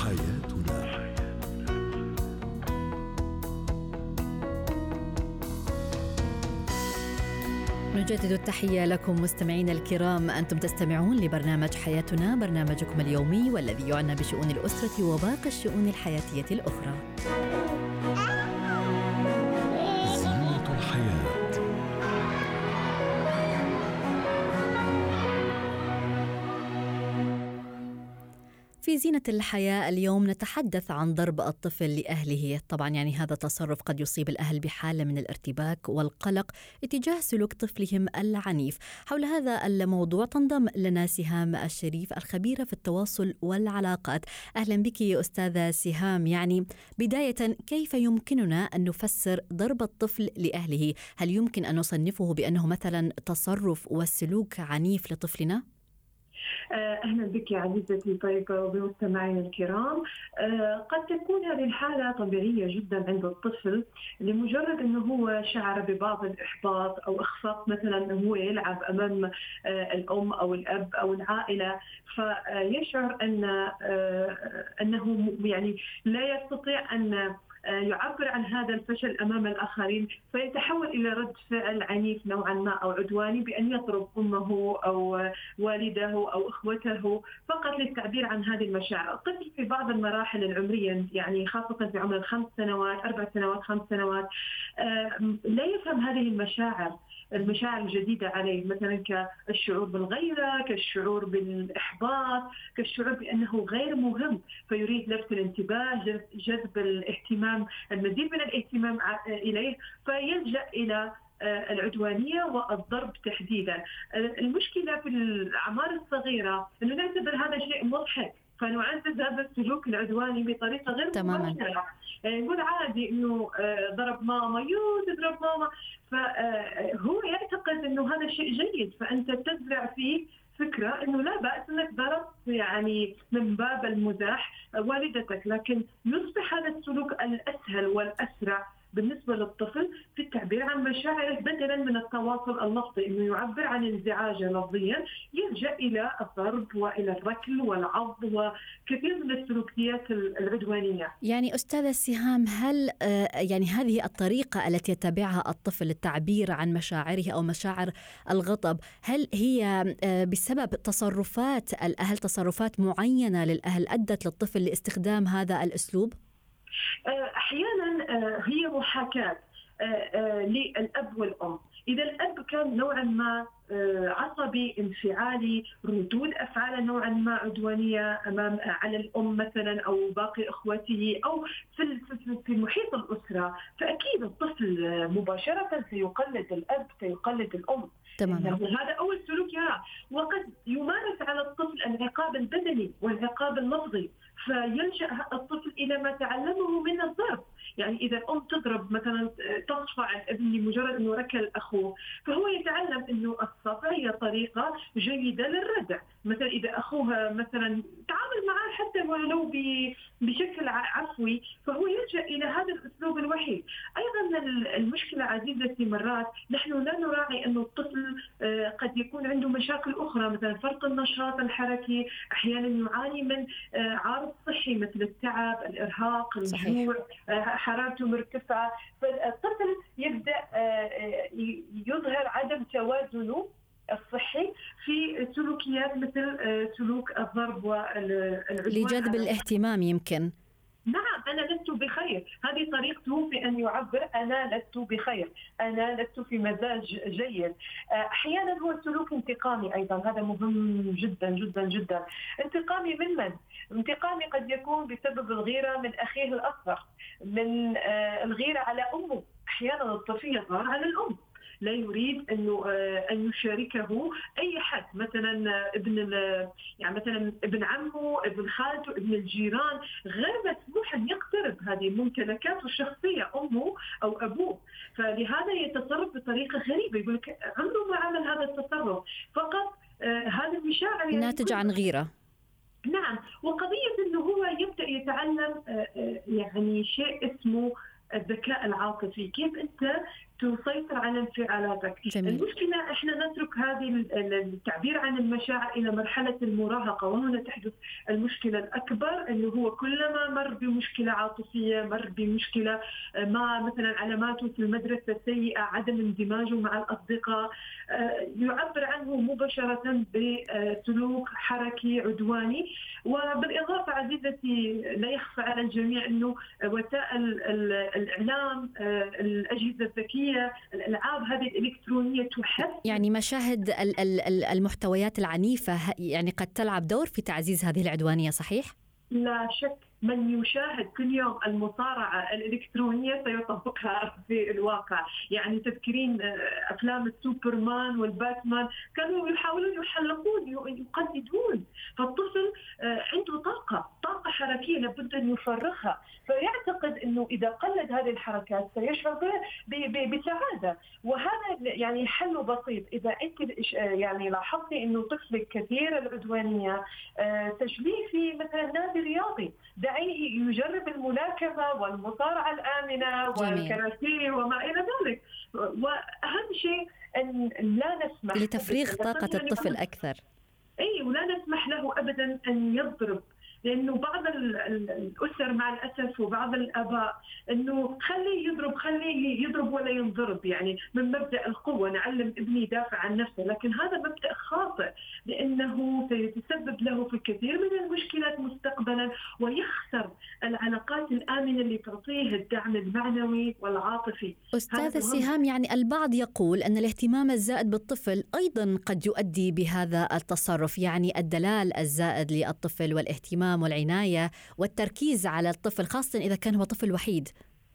حياتنا. نجدد التحية لكم مستمعين الكرام، أنتم تستمعون لبرنامج حياتنا، برنامجكم اليومي والذي يعنى بشؤون الأسرة وباقي الشؤون الحياتية الأخرى. زينة الحياة. في زينة الحياة اليوم نتحدث عن ضرب الطفل لأهله. طبعا هذا تصرف قد يصيب الأهل بحالة من الارتباك والقلق اتجاه سلوك طفلهم العنيف. حول هذا الموضوع تنضم لنا سهام الشريف الخبيرة في التواصل والعلاقات. أهلا بك أستاذة سهام. بداية، كيف يمكننا أن نفسر ضرب الطفل لأهله؟ هل يمكن أن نصنفه بأنه مثلا تصرف وسلوك عنيف لطفلنا؟ أهلا بك يا عزيزتي طيبة وبمستمعين الكرام. قد تكون هذه الحالة طبيعية جدا عند الطفل لمجرد أنه هو شعر ببعض الإحباط أو إخفاق، مثلا هو يلعب أمام الأم أو الأب أو العائلة، فيشعر أنه لا يستطيع أن يعبر عن هذا الفشل أمام الآخرين، فيتحول إلى رد فعل عنيف نوعا ما أو عدواني بأن يضرب أمه أو والده أو إخوته فقط للتعبير عن هذه المشاعر. الطفل في بعض المراحل العمرية خاصة في عمر 5 سنوات 4 سنوات 5 سنوات لا يفهم هذه المشاعر الجديدة عليه، مثلا كالشعور بالغيرة، كالشعور بالإحباط، كالشعور بأنه غير مهم، فيريد لفت الانتباه، جذب الاهتمام، المزيد من الاهتمام إليه، فيلجأ إلى العدوانية والضرب تحديدا. المشكلة في الأعمار الصغيرة أنه نعتبر هذا شيء مضحك، فنعزز هذا السلوك العدواني بطريقة غير مباشرة. يقول عادي إنه ضرب ماما، تضرب ماما، فهو يعتقد إنه هذا شيء جيد، فأنت تزرع فيه فكرة إنه لا بأس إنك ضربت من باب المزاح والدتك، لكن يصبح هذا السلوك الأسهل والأسرع بالنسبة للطفل في التعبير عن مشاعره بدلا من التواصل اللفظي، إنه يعبر عن انزعاجه لفظيا، يلجأ إلى الضرب وإلى الركل والعض وكثير من السلوكيات العدوانية. أستاذة سهام، هل هذه الطريقة التي يتبعها الطفل للتعبير عن مشاعره أو مشاعر الغضب، هل هي بسبب تصرفات الأهل، تصرفات معينة للأهل أدت للطفل لاستخدام هذا الأسلوب؟ أحيانا هي محاكاة للأب والأم. إذا الأب كان نوعا ما عصبي انفعالي، ردود أفعاله نوعا ما عدوانية على الأم مثلا أو باقي إخوته أو في محيط الأسرة، فأكيد الطفل مباشرة سيقلد الأب، سيقلد الأم. تماما. هذا أول سلوك يرى. وقد يمارس على الطفل العقاب البدني والعقاب اللفظي، فيلجأ الطفل إلى ما تعلمه من الضرب. إذا الأم تضرب مثلا، تصفع الابن لمجرد أنه ركل أخوه، فهو يتعلم أنه الصفع هي طريقة جيدة للردع. مثلا إذا أخوها مثلا تعامل معه حتى ولو بشكل عفوي، فهو يلجأ إلى هذا الأسلوب الوحيد. أيضا المشكلة عزيزتي مرات نحن لا نراعي أنه الطفل قد يكون عنده مشاكل أخرى، مثلا فرط النشاط الحركي، أحيانا يعاني من عارض صحي مثل التعب، الإرهاق، الجوع، حرارته مرتفعة، فالطفل يبدأ يظهر عدم توازنه الصحي في سلوكيات مثل سلوك الضرب والعدوان لجذب الاهتمام يمكن. نعم، أنا لست بخير، هذه طريقته في أن يعبر أنا لست بخير، أنا لست في مزاج جيد. أحيانا هو سلوك انتقامي أيضا، هذا مهم جدا جدا جدا. انتقامي من من؟ انتقامي قد يكون بسبب الغيرة من أخيه الأصغر، من الغيرة على أمه. أحيانا الطفل يغار على الأم، لا يريد أن يشاركه أي حد، مثلا مثلا ابن عمه، ابن خالته، ابن الجيران، غير مسموح أن يقترب. هذه ممتلكاته الشخصية، أمه أو أبوه، فلهذا يتصرف بطريقة غريبة. يقول لك عمره ما عمل هذا التصرف، فقط هذا المشاعر ناتج عن غيرة. نعم، وقضية أنه هو يبدأ يتعلم شيء اسمه الذكاء العاطفي، كيف أنت تسيطر على انفعالاتك. جميل. المشكلة احنا نترك هذه التعبير عن المشاعر إلى مرحلة المراهقة، وهنا تحدث المشكلة الأكبر، اللي هو كلما مر بمشكلة عاطفية، مر بمشكلة ما مثلا علاماته في المدرسة سيئة، عدم اندماجه مع الأصدقاء، يعبر عنه مباشرة بسلوك حركي عدواني. وبالإضافة عزيزتي لا يخفى على الجميع أنه وسائل الإعلام، الأجهزة الذكية، الألعاب هذه الإلكترونية تحفز يعني مشاهد المحتويات العنيفة يعني قد تلعب دور في تعزيز هذه العدوانية، صحيح؟ لا شك. من يشاهد كل يوم المصارعة الإلكترونية سيطبقها في الواقع. يعني تذكرين أفلام السوبرمان والباتمان كانوا يحاولون يحلقون يقلدون، فالطفل عنده طاقة حركية لابد أن يفرغها، فيعتقد أنه إذا قلد هذه الحركات سيشعر بسعادة. وهذا يعني حل بسيط. إذا أنت يعني لاحظتي أنه طفلك كثير العدوانية، تجليه في مثلا نادي رياضي، دعيه يجرب الملاكمة والمصارعة الآمنة والكاراتيه وما إلى ذلك. وأهم شيء أن لا نسمح لتفريغ طاقة الطفل أكثر. ولا نسمح له أبدا أن يضرب، لأنه بعض الأسر مع الأسف وبعض الآباء أنه خليه يضرب ولا ينضرب، يعني من مبدأ القوة، نعلم ابني يدافع عن نفسه، لكن هذا مبدأ خاطئ، لأنه سيتسبب له في كثير من المشكلات مستقبلا، ويخسر العلاقات الآمنة اللي تعطيه الدعم المعنوي والعاطفي. أستاذة سهام، يعني البعض يقول أن الاهتمام الزائد بالطفل أيضا قد يؤدي بهذا التصرف، يعني الدلال الزائد للطفل والاهتمام والعناية والتركيز على الطفل، خاصة إذا كان هو طفل وحيد.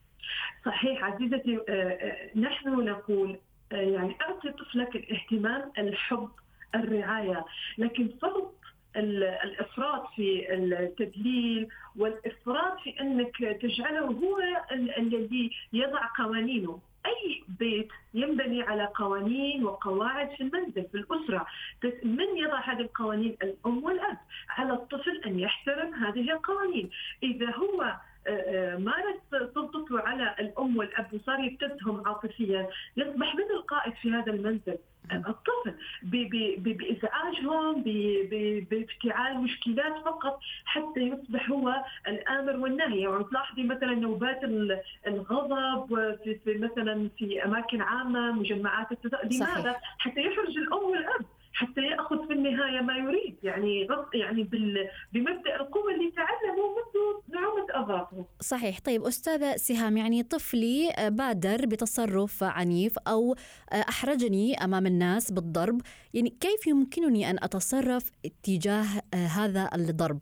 صحيح عزيزتي. نحن نقول يعني أعطي طفلك الاهتمام، الحب، الرعاية، لكن فرض الإفراط في التدليل والإفراط في أنك تجعله هو الذي يضع قوانينه. أي بيت ينبني على قوانين وقواعد في المنزل، في الأسرة. من يضع هذه القوانين؟ الأم والأب. على الطفل أن يحترم هذه القوانين. إذا هو مارس سلطته على الأم والأب وصار يبتزهم عاطفيا، يصبح من القائد في هذا المنزل الطفل، بإزعاجهم، بافتعال مشكلات فقط حتى يصبح هو الآمر والناهي. يعني تلاحظي مثلا نوبات الغضب في مثلا في أماكن عامة، مجمعات لماذا؟ حتى يحرج الأم والأب، حتى يأخذ في النهاية ما يريد، يعني بمبدأ القوة اللي تعلمه منذ نعومة أظافره. صحيح. طيب أستاذة سهام، يعني طفلي بادر بتصرف عنيف أو أحرجني أمام الناس بالضرب، يعني كيف يمكنني أن أتصرف تجاه هذا الضرب؟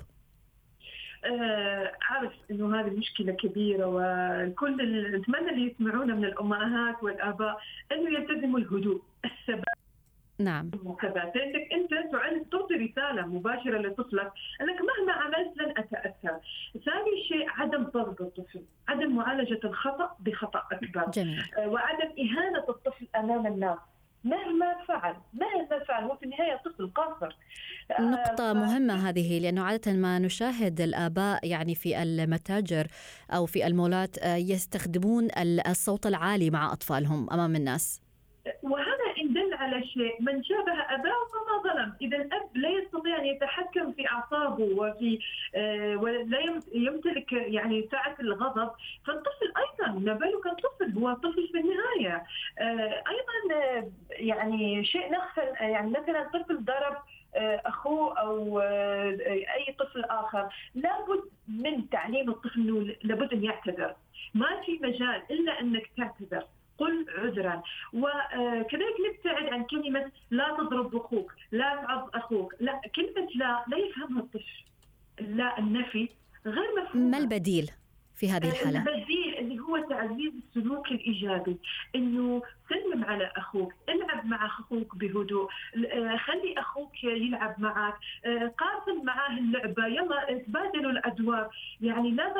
عارف إنه هذه مشكلة كبيرة، وكل نتمنى اللي يسمعونا من الأمهات والآباء أنه يلتزموا الهدوء، الثبات. نعم. أنت تعطي رسالة مباشرة لطفلك أنك مهما عملت لن أتأثر. ثاني شيء عدم ضرب الطفل، عدم معالجة الخطأ بخطأ أكبر. جميل. وعدم إهانة الطفل أمام الناس مهما فعل هو في النهاية طفل قاصر. نقطة مهمة هذه، لأنه عادة ما نشاهد الآباء يعني في المتاجر أو في المولات يستخدمون الصوت العالي مع أطفالهم أمام الناس، وهذا إن دل على شيء، من شابه أباه فما ظلم. إذا الأب لا يستطيع أن يتحكم في أعصابه ولا يمتلك يعني ساعة الغضب، فالطفل أيضا ما بالك الطفل هو طفل في النهاية. أيضا يعني شيء نغفل، يعني مثلا طفل ضرب أخوه أو أي طفل آخر، لابد من تعليم الطفل أنه لابد أن يعتذر. ما في مجال إلا أنك تعتذر، قل عذرا. وكذلك نبتعد عن كلمة لا تضرب أخوك، لا تعض أخوك. لا، كلمة لا يفهمها الطفل. لا، النفي غير مفهوم. ما البديل في هذه الحالة؟ البديل اللي هو تعزيز السلوك الإيجابي، إنه سلم على أخوك، العب مع أخوك بهدوء، خلي أخوك يلعب معك، قاسم معاه اللعبة، يلا تبادلوا الأدوار. يعني لا تعطي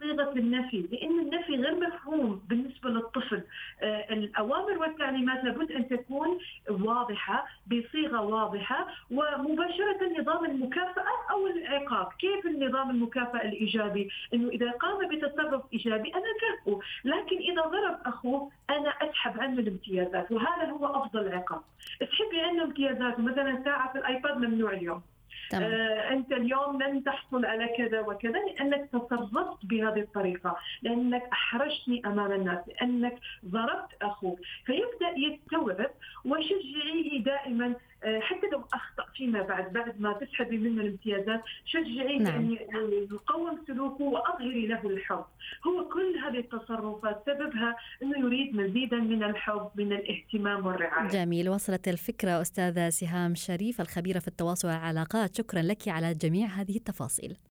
صيغة النفي، لأن النفي غير مفهوم بالنسبة للطفل. الأوامر والتعليمات لابد أن تكون واضحة بصيغة واضحة، ومباشرة نظام المكافأة أو العقاب. كيف النظام المكافأة الإيجابي؟ إنه إذا قام بتصرف إيجابي أنا أكافئه، لكن إذا ضرب أخوه أنا أسحب عنه الامتيازات، وهذا هو أفضل عقاب. اسحبي عنه امتيازات، مثلا ساعة الآيباد ممنوع اليوم، أنت اليوم لن تحصل على كذا وكذا لأنك تصرفت بهذه الطريقة، لأنك أحرجتني أمام الناس، لأنك ضربت أخوك. فيبدأ يستوعب، وشجعيه دائما حتى لو أخطأ فيما بعد ما تسحبي منه الامتيازات، شجعيه أن يقوم سلوكه وأظهري له الحب. هو كل هذه التصرفات سببها أنه يريد مزيدا من الحب، من الاهتمام والرعاية. جميل، وصلت الفكرة. أستاذة سهام شريف الخبيرة في التواصل والعلاقات، شكرا لك على جميع هذه التفاصيل.